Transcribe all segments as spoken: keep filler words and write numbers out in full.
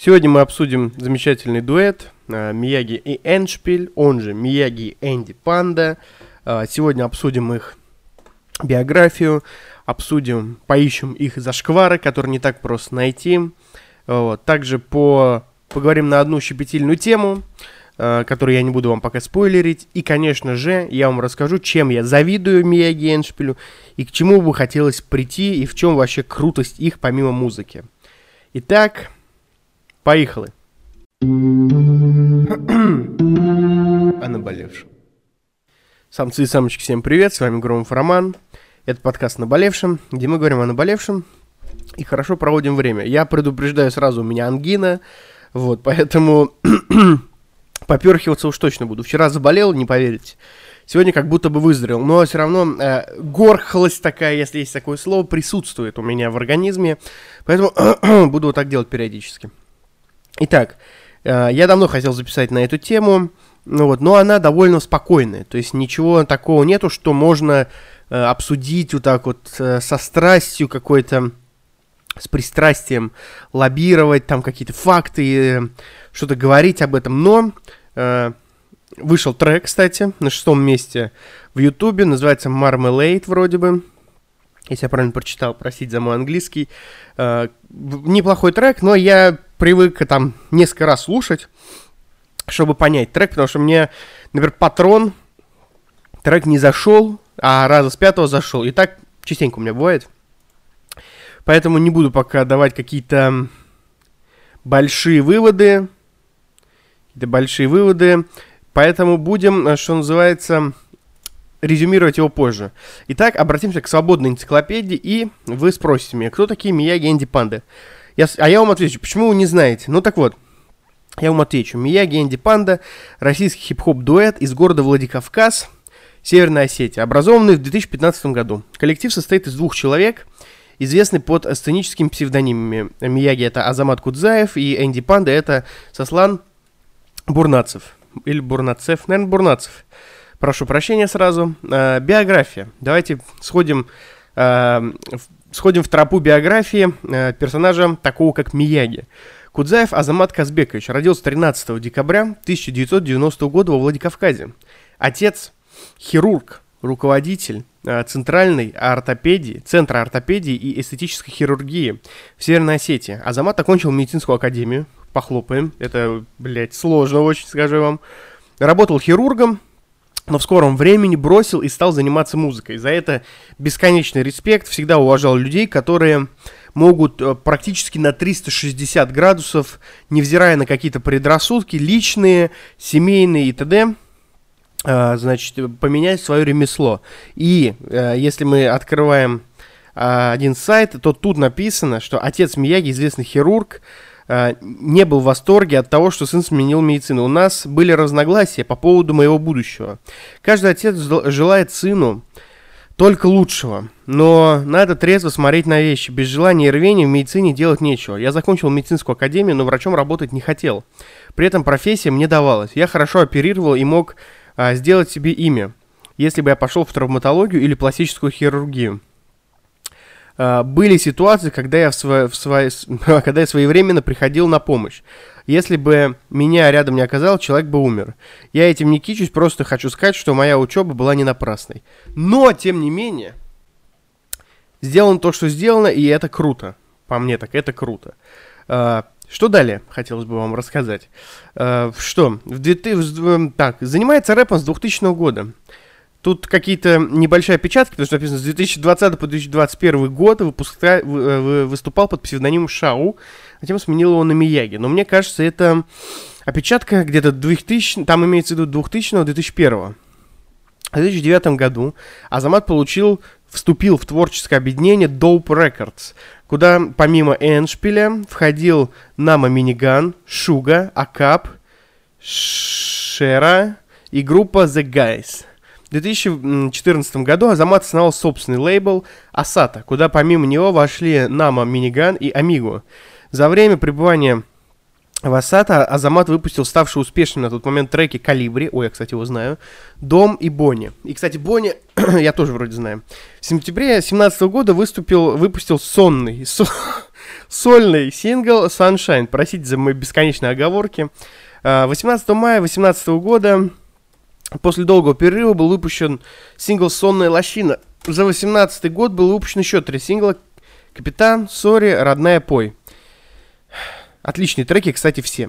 Сегодня мы обсудим замечательный дуэт Мияги и Эндшпиль, он же Мияги и Энди Панда. Сегодня обсудим их биографию, обсудим, поищем их зашквары, которые не так просто найти. Вот. Также по... поговорим на одну щепетильную тему, которую я не буду вам пока спойлерить. И, конечно же, я вам расскажу, чем я завидую Мияги и Эндшпилю, и к чему бы хотелось прийти, и в чем вообще крутость их помимо музыки. Итак, поехали. О наболевшем. Самцы и самочки, всем привет, с вами Громов Роман. Это подкаст «Наболевшем», где мы говорим о наболевшем и хорошо проводим время. Я предупреждаю сразу, у меня ангина, вот, поэтому поперхиваться уж точно буду. Вчера заболел, не поверите. Сегодня как будто бы выздоровел, но все равно э, горхлость такая, если есть такое слово, присутствует у меня в организме, поэтому буду вот так делать периодически. Итак, э, я давно хотел записать на эту тему, ну вот, но она довольно спокойная, то есть ничего такого нету, что можно э, обсудить вот так вот э, со страстью какой-то, с пристрастием, лоббировать там какие-то факты, э, что-то говорить об этом, но... Э, Вышел трек, кстати, на шестом месте в Ютубе, называется Marmalade вроде бы, если я правильно прочитал, простите за мой английский. Э, неплохой трек, но я привык там несколько раз слушать, чтобы понять трек, потому что мне, например, Патрон, трек не зашел, а раза с пятого зашел, и так частенько у меня бывает. Поэтому не буду пока давать какие-то большие выводы, какие-то большие выводы, Поэтому будем, что называется, резюмировать его позже. Итак, обратимся к свободной энциклопедии, и вы спросите меня, кто такие Мияги и Энди Панда? Я, а я вам отвечу, почему вы не знаете? Ну так вот, я вам отвечу. Мияги и Энди Панда – российский хип-хоп-дуэт из города Владикавказ, Северная Осетия, образованный в две тысячи пятнадцатом году. Коллектив состоит из двух человек, известный под сценическими псевдонимами. Мияги – это Азамат Кудзаев, и Энди Панда – это Сослан Бурнацев. Или Бурнацев, наверное, Бурнацев. Прошу прощения сразу. Э, биография. Давайте сходим, э, в, сходим в тропу биографии э, персонажа такого, как Мияги. Кудзаев Азамат Казбекович родился тринадцатого декабря тысяча девятьсот девяностого года во Владикавказе. Отец – хирург, руководитель э, центральной ортопедии, центра ортопедии и эстетической хирургии в Северной Осетии. Азамат окончил медицинскую академию. Похлопаем. Это, блядь, сложно очень, скажу вам. Работал хирургом, но в скором времени бросил и стал заниматься музыкой. За это бесконечный респект. Всегда уважал людей, которые могут практически на триста шестьдесят градусов, невзирая на какие-то предрассудки, личные, семейные и т.д., значит, поменять свое ремесло. И если мы открываем один сайт, то тут написано, что отец Мияги, известный хирург, не был в восторге от того, что сын сменил медицину. У нас были разногласия по поводу моего будущего. Каждый отец желает сыну только лучшего, но надо трезво смотреть на вещи. Без желания и рвения в медицине делать нечего. Я закончил медицинскую академию, но врачом работать не хотел. При этом профессия мне давалась. Я хорошо оперировал и мог а, сделать себе имя, если бы я пошел в травматологию или пластическую хирургию. Были ситуации, когда я, в сво... в сво... когда я своевременно приходил на помощь. Если бы меня рядом не оказалось, человек бы умер. Я этим не кичусь, просто хочу сказать, что моя учеба была не напрасной. Но, тем не менее, сделано то, что сделано, и это круто. По мне так, это круто. Что далее, хотелось бы вам рассказать. Что? В две тысячи... Так, занимается рэпом с двухтысячного года. Тут какие-то небольшие опечатки, потому что написано с две тысячи двадцатого по две тысячи двадцать первый год выпуска, выступал под псевдонимом Шау, затем сменил его на Мияги. Но мне кажется, это опечатка где-то двухтысячного, там имеется в виду двухтысячного - две тысячи первого. В две тысячи девятом году Азамат получил, вступил в творческое объединение Dope Records, куда помимо Эндшпиля входил Нама Миниган, Шуга, Акап, Шера и группа The Guys. В две тысячи четырнадцатом году Азамат основал собственный лейбл Асата, куда помимо него вошли Нама Миниган и Амиго. За время пребывания в Асата Азамат выпустил ставшие успешными на тот момент треки «Калибри», ой, я, кстати, его знаю, «Дом» и «Бонни». И, кстати, «Бонни» я тоже вроде знаю. В сентябре две тысячи семнадцатого года выступил, выпустил сонный, со, сольный сингл Sunshine. Простите за мои бесконечные оговорки. восемнадцатого мая две тысячи восемнадцатого года после долгого перерыва был выпущен сингл «Сонная лощина». За восемнадцатый год было выпущено еще три сингла: «Капитан», «Сори», «Родная, пой». Отличные треки, кстати, все.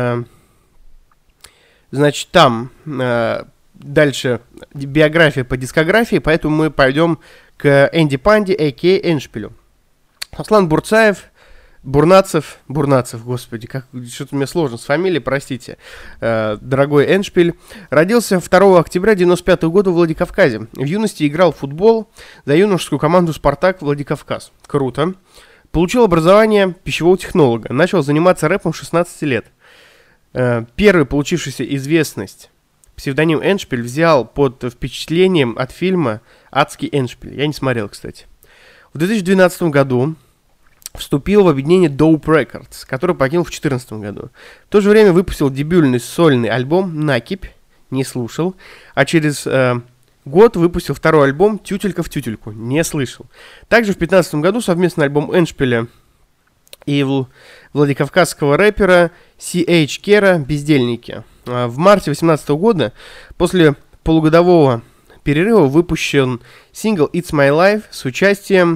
Значит, там дальше биография по дискографии, поэтому мы пойдем к Энди Панди, а.к.а. Эндшпилю. Аслан Бурцаев, Бурнацев, Бурнацев, господи, как, что-то мне сложно с фамилией, простите, э, дорогой Эндшпиль, родился второго октября девяносто пятого года в Владикавказе. В юности играл в футбол за юношескую команду «Спартак» Владикавказ. Круто. Получил образование пищевого технолога. Начал заниматься рэпом с шестнадцати лет. Э, первый получившийся известность псевдоним Эндшпиль взял под впечатлением от фильма «Адский Эндшпиль». Я не смотрел, кстати. В две тысячи двенадцатом году вступил в объединение Dope Records, который покинул в две тысячи четырнадцатом году. В то же время выпустил дебютный сольный альбом «Накипь», не слушал, а через э, год выпустил второй альбом «Тютелька в тютельку», не слышал. Также в две тысячи пятнадцатом году совместный альбом Эндшпиля и Вл- владикавказского рэпера Си Эйч Кера «Бездельники». А в марте две тысячи восемнадцатого года после полугодового перерыва выпущен сингл «It's My Life» с участием...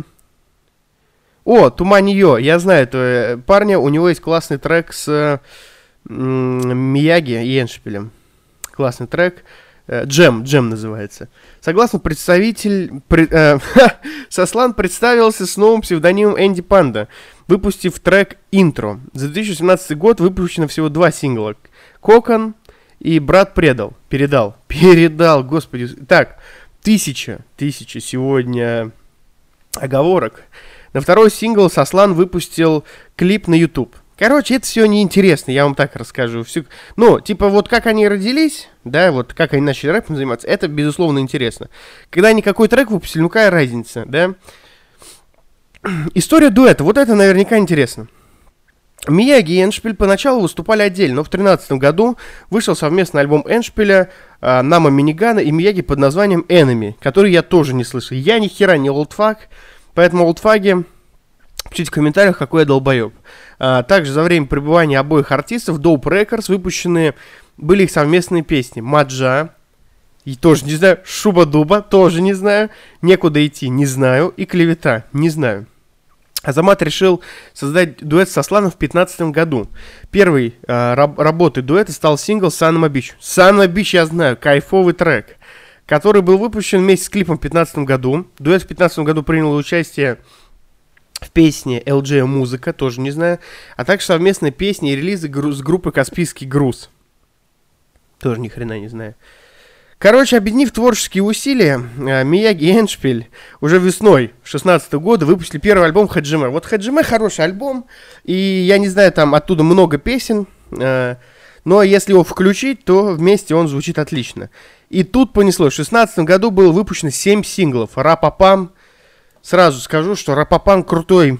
О, Туманьё, я знаю этого парня, у него есть классный трек с м- Мияги и Эндшпилем. Классный трек. Джем, Джем называется. Согласно представитель... При, э, Сослан представился с новым псевдонимом Энди Панда, выпустив трек «Интро». За две тысячи семнадцатый год выпущено всего два сингла. «Кокон» и «Брат предал». Передал. Передал, господи. Так, тысяча, тысяча сегодня оговорок. На второй сингл Сослан выпустил клип на YouTube. Короче, это все неинтересно, я вам так расскажу. Всю... Ну, типа, вот как они родились, да, вот как они начали рэпом заниматься, это, безусловно, интересно. Когда они какой трек выпустили, ну какая разница, да? История дуэта, вот это наверняка интересно. Мияги и Эндшпиль поначалу выступали отдельно, но в две тысячи тринадцатом году вышел совместный альбом Эндшпиля э, «Нама Минигана» и Мияги под названием «Enemy», который я тоже не слышал. Я ни хера не олдфаг, поэтому олдфаги... Пишите в комментариях, какой я долбоеб. А, также за время пребывания обоих артистов Dope Records выпущены были их совместные песни «Маджа», и тоже не знаю, «Шуба-дуба», тоже не знаю, «Некуда идти», не знаю, и «Клевета», не знаю. Азамат решил создать дуэт с Асланом в две тысячи пятнадцатом году. Первой а, раб- работой дуэта стал сингл «Санама Бич». «Санама Бич» я знаю, кайфовый трек, который был выпущен вместе с клипом в две тысячи пятнадцатом году. Дуэт в две тысячи пятнадцатом году принял участие в песне эл джей «Музыка», тоже не знаю, а также совместные песни и релизы гру- с группы «Каспийский груз». Тоже ни хрена не знаю. Короче, объединив творческие усилия, Мияги и Эндшпиль уже весной две тысячи шестнадцатого года выпустили первый альбом «Хаджиме». Вот «Хаджиме» хороший альбом, и я не знаю, там оттуда много песен, но если его включить, то вместе он звучит отлично. И тут понеслось. В две тысячи шестнадцатом году было выпущено семь синглов. «Рапапам». Сразу скажу, что «Рапапам» крутой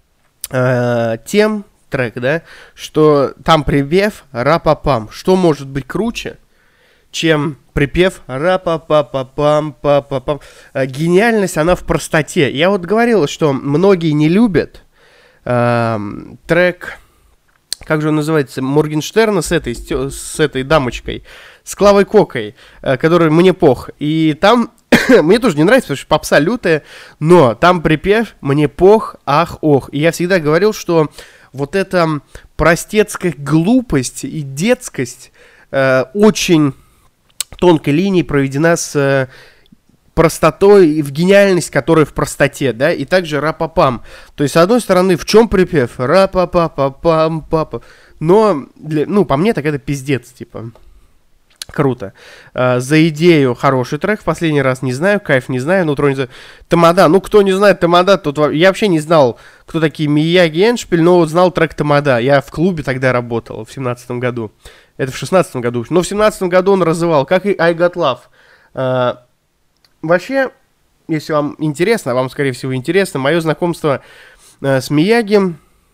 э, тем трек, да, что там припев «Рапапам». Что может быть круче, чем припев «Рапапапапам-папапам». Э, гениальность, она в простоте. Я вот говорил, что многие не любят э, трек, как же он называется, Моргенштерна с этой, с этой дамочкой, с Клавой Кокой, э, которой «Мне пох». И там... Мне тоже не нравится, потому что попса лютая, но там припев «Мне пох, ах, ох». И я всегда говорил, что вот эта простецкая глупость и детскость э, очень тонкой линией проведена с э, простотой и в гениальность, которая в простоте, да, и также «Рапапам». То есть, с одной стороны, в чем припев? «Рапапапапам, папа». Но, для, ну, по мне, так это пиздец, типа... Круто. Uh, за идею хороший трек. В последний раз не знаю, кайф не знаю, нутро не знаю. Тамада. Ну, кто не знает Тамада, тот... Я вообще не знал, кто такие Мияги и Эндшпиль, но вот знал трек Тамада. Я в клубе тогда работал, в семнадцатом году. Это в шестнадцатом году. Но в семнадцатом году он разрывал, как и I Got Love. Uh, вообще, если вам интересно, а вам, скорее всего, интересно, мое знакомство uh, с Мияги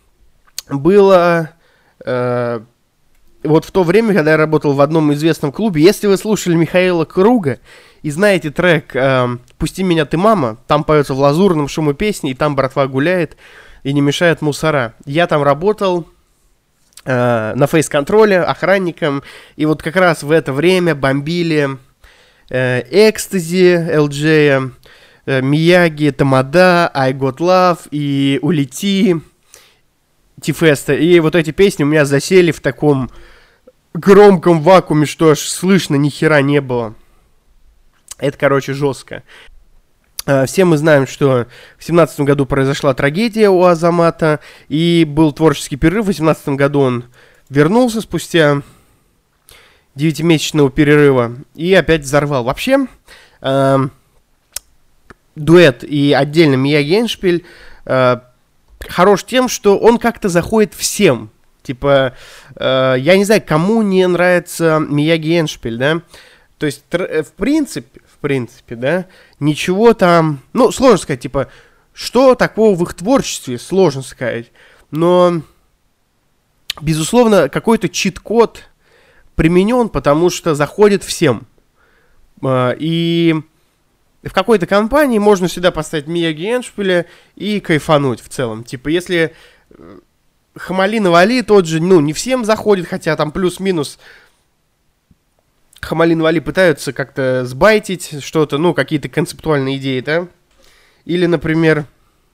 было... Uh, Вот в то время, когда я работал в одном известном клубе, если вы слушали Михаила Круга и знаете трек э, «Пусти меня, ты мама», там поется в лазурном шуму песни, и там братва гуляет, и не мешают мусора. Я там работал э, на фейс-контроле охранником, и вот как раз в это время бомбили э, Экстази, эл джей, э, Мияги, Тамада, I Got Love и Улети, Тифеста. И вот эти песни у меня засели в таком громком вакууме, что аж слышно ни хера не было. Это, короче, жестко. Все мы знаем, что в семнадцатом году произошла трагедия у Азамата, и был творческий перерыв. В восемнадцатом году он вернулся спустя девятимесячного перерыва и опять взорвал. Вообще, э, дуэт и отдельно Мияги Эндшпиль э, хорош тем, что он как-то заходит всем. Типа, э, я не знаю, кому не нравится Мияги Эндшпиль, да? То есть, тр- в принципе, в принципе, да, ничего там, ну, сложно сказать, типа, что такого в их творчестве, сложно сказать, но, безусловно, какой-то чит-код применен, потому что заходит всем, и в какой-то компании можно всегда поставить Мияги Эндшпиля и кайфануть в целом, типа, если Хамали Навали тот же, ну, не всем заходит, хотя там плюс-минус Хамали Навали пытаются как-то сбайтить что-то, ну, какие-то концептуальные идеи, да? Или, например,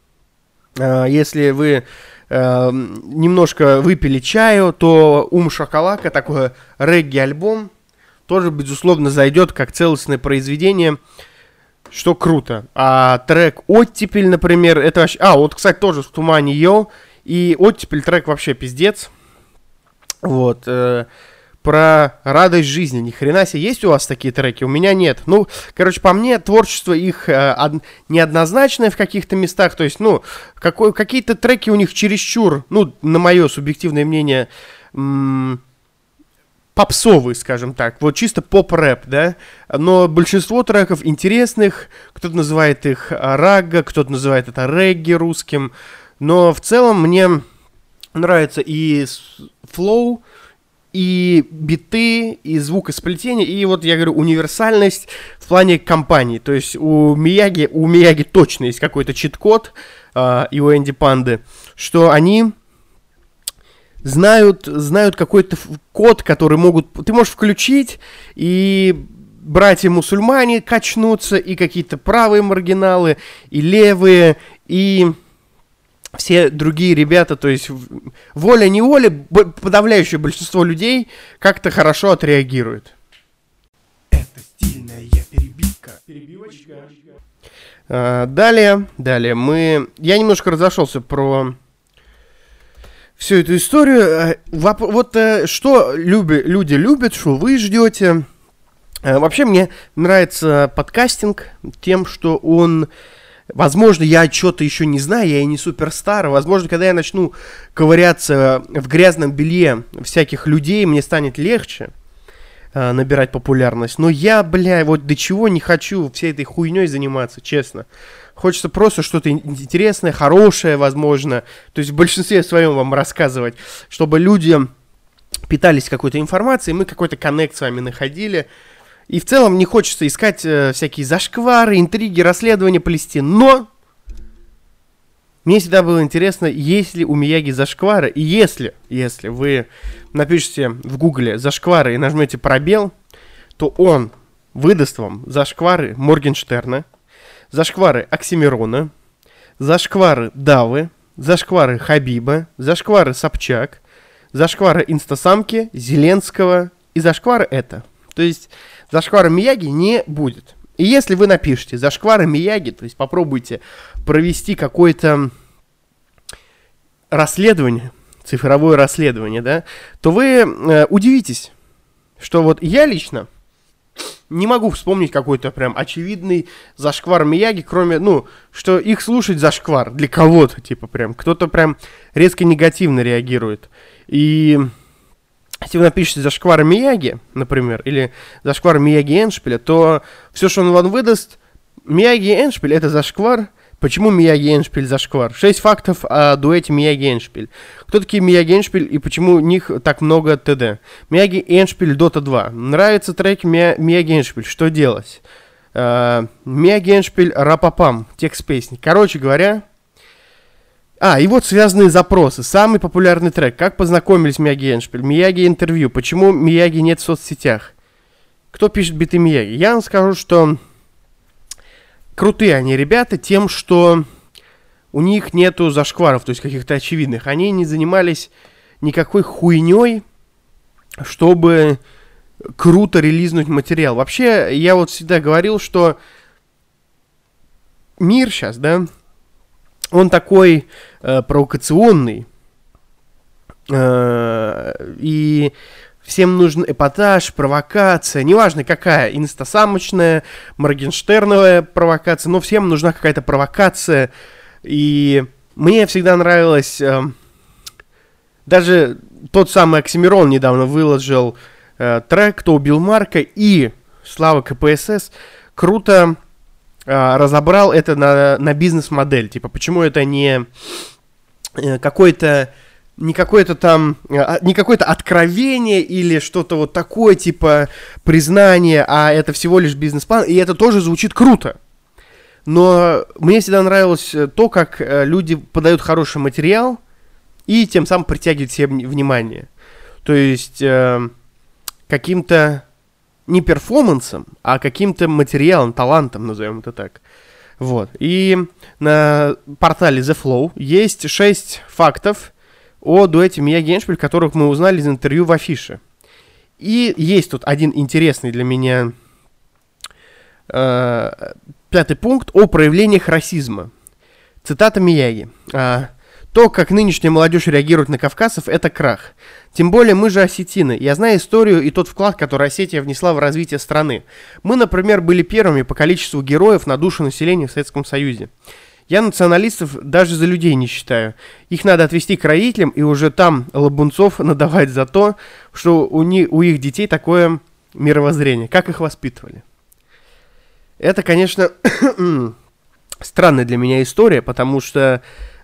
э, если вы э, немножко выпили чаю, то Ум Шакалака, такой регги-альбом, тоже, безусловно, зайдет как целостное произведение, что круто. А трек «Оттепель», например, это вообще... А, вот, кстати, тоже в тумане Йо, и «Оттепель» трек вообще пиздец. Вот, э, про радость жизни. Ни хрена себе, есть у вас такие треки? У меня нет. Ну, короче, по мне, творчество их э, од... неоднозначное в каких-то местах. То есть, ну, какой... какие-то треки у них чересчур, ну, на мое субъективное мнение, м- попсовые, скажем так. Вот чисто поп-рэп, да? Но большинство треков интересных. Кто-то называет их рагга, кто-то называет это регги русским. Но в целом мне нравится и флоу, и биты, и звукосплетение, и вот я говорю, универсальность в плане компании. То есть у Мияги, у Мияги точно есть какой-то чит-код, э, и у Энди Панды, что они знают, знают какой-то код, который могут... Ты можешь включить, и братья-мусульмане качнутся, и какие-то правые маргиналы, и левые, и... все другие ребята, то есть воля-неволя, подавляющее большинство людей как-то хорошо отреагирует. Это стильная перебивка. Перебивочка. А, далее, далее мы... Я немножко разошелся про всю эту историю. Воп... Вот что люби... люди любят, что вы ждете. А, вообще мне нравится подкастинг тем, что он... Возможно, я что-то еще не знаю, я и не суперстар. Возможно, когда я начну ковыряться в грязном белье всяких людей, мне станет легче э, набирать популярность. Но я, бля, вот до чего не хочу всей этой хуйней заниматься, честно. Хочется просто что-то интересное, хорошее, возможно. То есть в большинстве своем вам рассказывать, чтобы люди питались какой-то информацией, мы какой-то коннект с вами находили. И в целом не хочется искать э, всякие зашквары, интриги, расследования Палестины. Но мне всегда было интересно, есть ли у Мияги зашквары. И если, если вы напишите в гугле зашквары и нажмете пробел, то он выдаст вам зашквары Моргенштерна, зашквары Оксимирона, зашквары Давы, зашквары Хабиба, зашквары Собчак, зашквары Инстасамки, Зеленского и зашквары это. То есть... Зашквара Мияги не будет. И если вы напишете зашквара Мияги, то есть попробуйте провести какое-то расследование, цифровое расследование, да, то вы э, удивитесь, что вот я лично не могу вспомнить какой-то прям очевидный зашквар Мияги, кроме, ну, что их слушать зашквар для кого-то, типа прям, кто-то прям резко негативно реагирует. И... Если вы напишете зашквар Мияги, например, или зашквар Мияги Эндшпиля, то все, что он вам выдаст, Мияги Эндшпиль — это зашквар. Почему Мияги Эндшпиль зашквар? Шесть фактов о дуэте Мияги Эндшпиль. Кто такие Мияги Эндшпиль и почему у них так много ТД? Мияги Эндшпиль Дота два. Нравится трек Мияги Эндшпиль. Что делать? Uh, Мияги Эндшпиль Рапапам. Текст песни. Короче говоря, А, и вот связанные запросы. Самый популярный трек. Как познакомились Мияги и Эндшпиль? Мияги интервью. Почему Мияги нет в соцсетях? Кто пишет биты Мияги? Я вам скажу, что крутые они ребята тем, что у них нету зашкваров, то есть каких-то очевидных. Они не занимались никакой хуйней, чтобы круто релизнуть материал. Вообще, я вот всегда говорил, что мир сейчас, да, он такой э, провокационный, э, и всем нужен эпатаж, провокация, неважно какая, инстасамочная, моргенштерновая провокация, но всем нужна какая-то провокация, и мне всегда нравилось, э, даже тот самый Оксимирон недавно выложил э, трек «Кто убил Марка», и Слава КПСС круто разобрал это на, на бизнес-модель, типа, почему это не какой-то, не какое-то там, не какое-то откровение или что-то вот такое, типа, признание, а это всего лишь бизнес-план, и это тоже звучит круто. Но мне всегда нравилось то, как люди подают хороший материал и тем самым притягивают себе внимание. То есть каким-то не перформансом, а каким-то материалом, талантом, назовем это так. Вот. И на портале The Flow есть шесть фактов о дуэте Мияги и Эндшпиль, которых мы узнали из интервью в афише. И есть тут один интересный для меня э, пятый пункт о проявлениях расизма. Цитата Мияги. То, как нынешняя молодежь реагирует на кавказцев, это крах. Тем более мы же осетины. Я знаю историю и тот вклад, который Осетия внесла в развитие страны. Мы, например, были первыми по количеству героев на душу населения в Советском Союзе. Я националистов даже за людей не считаю. Их надо отвести к родителям и уже там лабунцов надавать за то, что у, них, у их детей такое мировоззрение. Как их воспитывали. Это, конечно, странная для меня история, потому что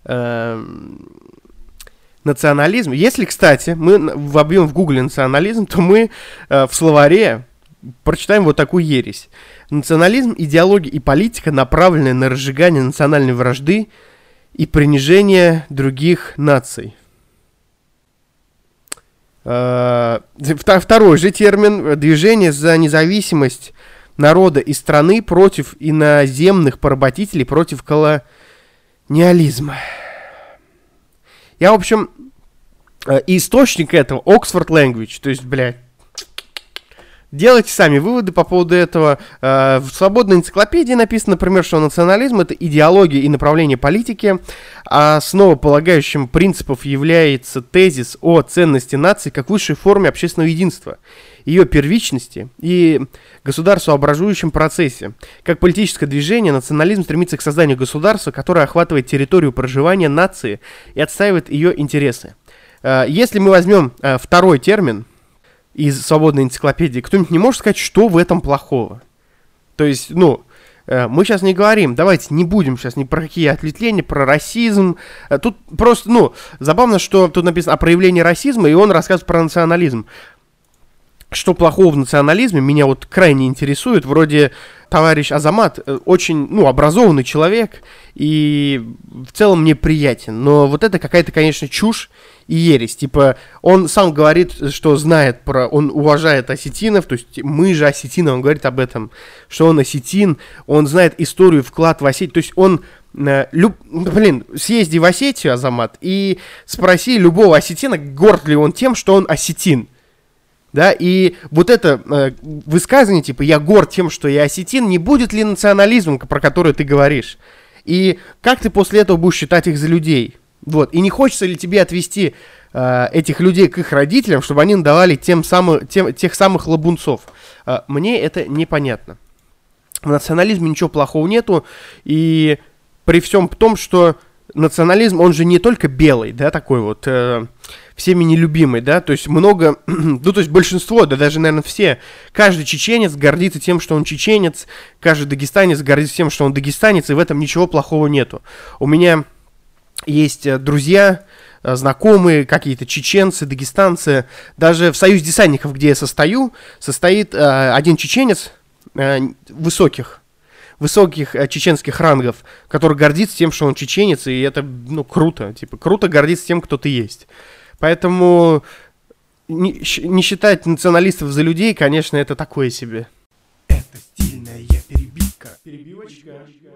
национализм. Если, кстати, мы вобьем в гугле национализм, то мы э, в словаре прочитаем вот такую ересь. Национализм, идеология и политика, направленная на разжигание национальной вражды и принижение других наций. Э, второй же термин. Движение за независимость народа и страны против иноземных поработителей, против колониализма. Я, в общем, источник этого Oxford Language, то есть, блядь, делайте сами выводы по поводу этого. В свободной энциклопедии написано, например, что национализм — это идеология и направление политики, а основополагающим принципом является тезис о ценности нации как высшей форме общественного единства, ее первичности и государствообразующем процессе. Как политическое движение, национализм стремится к созданию государства, которое охватывает территорию проживания нации и отстаивает ее интересы. Если мы возьмем второй термин из свободной энциклопедии, кто-нибудь не может сказать, что в этом плохого? То есть, ну, мы сейчас не говорим, давайте не будем сейчас ни про какие ответвления, про расизм. Тут просто, ну, забавно, что тут написано о проявлении расизма, и он рассказывает про национализм. Что плохого в национализме, меня вот крайне интересует. Вроде товарищ Азамат очень, ну, образованный человек и в целом мне приятен. Но вот это какая-то, конечно, чушь и ересь. Типа, он сам говорит, что знает про... Он уважает осетинов, то есть мы же осетины, он говорит об этом, что он осетин, он знает историю, вклад в Осетию. То есть он... Люб... Блин, съезди в Осетию, Азамат, и спроси любого осетина, горд ли он тем, что он осетин. Да, и вот это э, высказывание, типа, я горд тем, что я осетин, не будет ли национализмом, про который ты говоришь? И как ты после этого будешь считать их за людей? Вот, и не хочется ли тебе отвести э, этих людей к их родителям, чтобы они надавали тем самым, тем, тех самых лабунцов? Э, мне это непонятно. В национализме ничего плохого нету, и при всем том, что национализм, он же не только белый, да, такой вот... Э, всеми нелюбимый, да, то есть много, ну, то есть большинство, да даже, наверное, все, каждый чеченец гордится тем, что он чеченец, каждый дагестанец гордится тем, что он дагестанец, и в этом ничего плохого нету. У меня есть друзья, знакомые, какие-то чеченцы, дагестанцы, даже в союзе десантников, где я состою, состоит э, один чеченец э, высоких, высоких э, чеченских рангов, который гордится тем, что он чеченец, и это, ну, круто. Типа, круто гордиться тем, кто ты есть. Поэтому не, не считать националистов за людей, конечно, это такое себе. Это стильная перебивка. Перебивочка.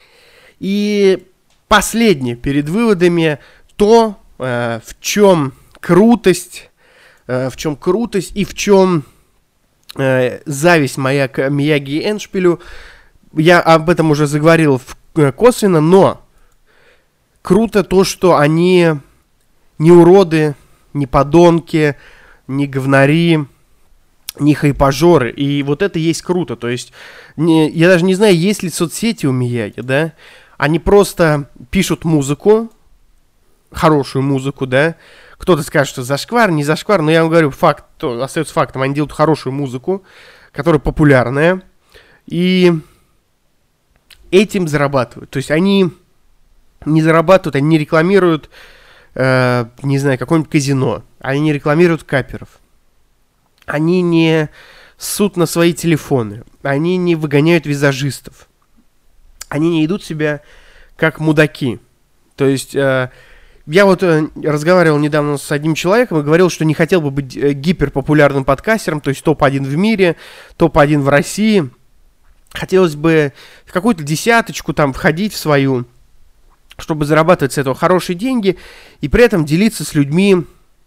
И последнее перед выводами то, э, в чем крутость, э, в чем крутость и в чем э, зависть моя к Мияги и Эндшпилю. Я об этом уже заговорил в, э, косвенно, но круто то, что они не уроды, не подонки, не говнари, не хайпажоры. И вот это есть круто. То есть, не, я даже не знаю, есть ли соцсети у Мияги, да? Они просто пишут музыку, хорошую музыку, да? Кто-то скажет, что зашквар, не зашквар, но я вам говорю, факт, то остается фактом. Они делают хорошую музыку, которая популярная, и этим зарабатывают. То есть они не зарабатывают, они не рекламируют, э, не знаю, какое-нибудь казино. Они не рекламируют каперов. Они не ссут на свои телефоны. Они не выгоняют визажистов. Они не идут себя как мудаки. То есть, э, я вот э, разговаривал недавно с одним человеком и говорил, что не хотел бы быть э, гиперпопулярным подкастером, то есть топ один в мире, топ один в России. Хотелось бы в какую-то десяточку там входить в свою, чтобы зарабатывать с этого хорошие деньги и при этом делиться с людьми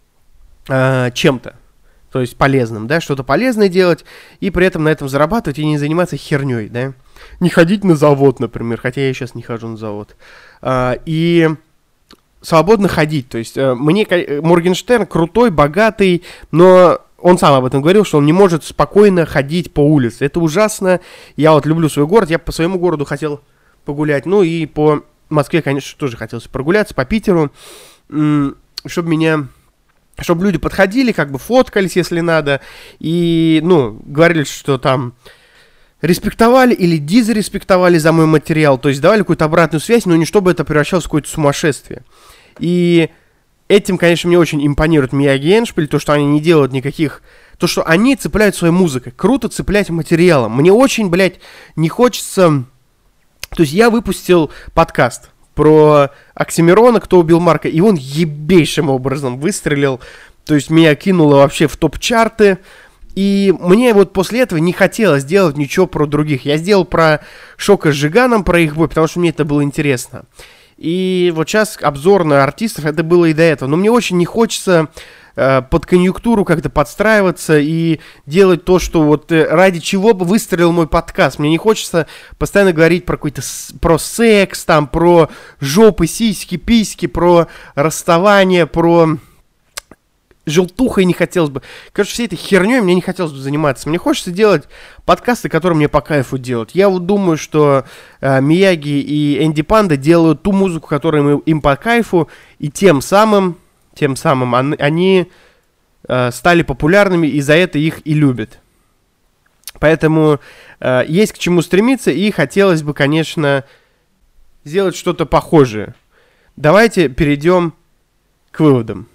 э, чем-то. То есть полезным, да, что-то полезное делать, и при этом на этом зарабатывать и не заниматься херней, да. Не ходить на завод, например, хотя я сейчас не хожу на завод. А, и свободно ходить. То есть а, мне Моргенштерн крутой, богатый, но он сам об этом говорил, что он не может спокойно ходить по улице. Это ужасно. Я вот люблю свой город, я по своему городу хотел погулять, ну и по Москве, конечно, тоже хотелось прогуляться, по Питеру, чтобы меня... Чтобы люди подходили, как бы фоткались, если надо, и, ну, говорили, что там респектовали или дизреспектовали за мой материал, то есть давали какую-то обратную связь, но не чтобы это превращалось в какое-то сумасшествие. И этим, конечно, мне очень импонирует Мияги и Эндшпиль, то, что они не делают никаких... То, что они цепляют своей музыкой. Круто цеплять материалом. Мне очень, блядь, не хочется... То есть я выпустил подкаст про Оксимирона, кто убил Марка, и он ебейшим образом выстрелил, то есть меня кинуло вообще в топ-чарты, и мне вот после этого не хотелось делать ничего про других. Я сделал про Шока с Жиганом, про их бой, потому что мне это было интересно. И вот сейчас обзор на артистов, это было и до этого, но мне очень не хочется э, под конъюнктуру как-то подстраиваться и делать то, что вот э, ради чего бы выстрелил мой подкаст. Мне не хочется постоянно говорить про какой-то с- про секс, там, про жопы, сиськи, письки, про расставание, про желтухой не хотелось бы. Короче, всей этой херней мне не хотелось бы заниматься. Мне хочется делать подкасты, которые мне по кайфу делать. Я вот думаю, что э, Мияги и Энди Панда делают ту музыку, которая им по кайфу, и тем самым, тем самым он, они э, стали популярными, и за это их и любят. Поэтому э, есть к чему стремиться, и хотелось бы, конечно, сделать что-то похожее. Давайте перейдем к выводам.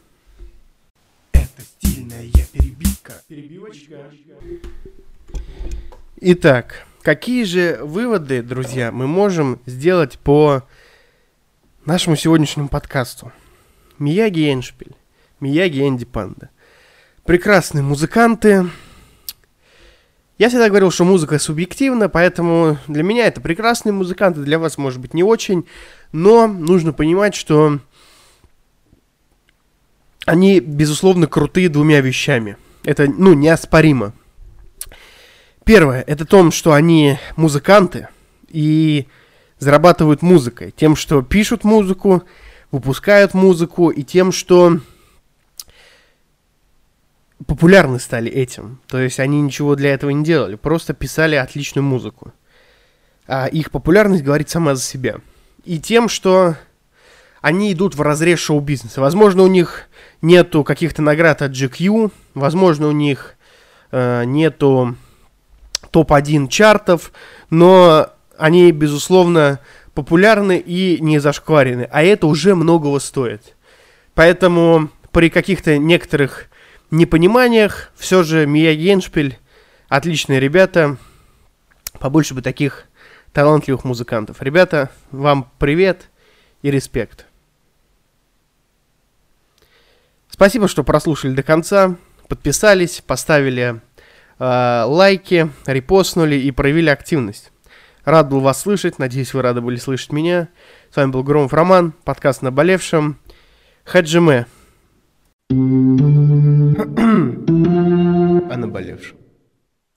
Перебивочка. Итак, какие же выводы, друзья, мы можем сделать по нашему сегодняшнему подкасту? Мияги и Эндшпиль, Мияги и Энди Панда. Прекрасные музыканты. Я всегда говорил, что музыка субъективна, поэтому для меня это прекрасные музыканты, для вас, может быть, не очень, но нужно понимать, что они, безусловно, крутые двумя вещами. Это, ну, неоспоримо. Первое, это то, что они музыканты и зарабатывают музыкой. Тем, что пишут музыку, выпускают музыку, и тем, что популярны стали этим. То есть они ничего для этого не делали, просто писали отличную музыку. А их популярность говорит сама за себя. И тем, что они идут вразрез шоу-бизнеса. Возможно, у них нету каких-то наград от джи кью, возможно, у них э, нету топ один чартов, но они, безусловно, популярны и не зашкварены, а это уже многого стоит. Поэтому при каких-то некоторых непониманиях все же Мияги и Эндшпиль отличные ребята, побольше бы таких талантливых музыкантов. Ребята, вам привет и респект. Спасибо, что прослушали до конца, подписались, поставили э, лайки, репостнули и проявили активность. Рад был вас слышать, надеюсь, вы рады были слышать меня. С вами был Громов Роман, подкаст «Наболевшем». Хаджиме.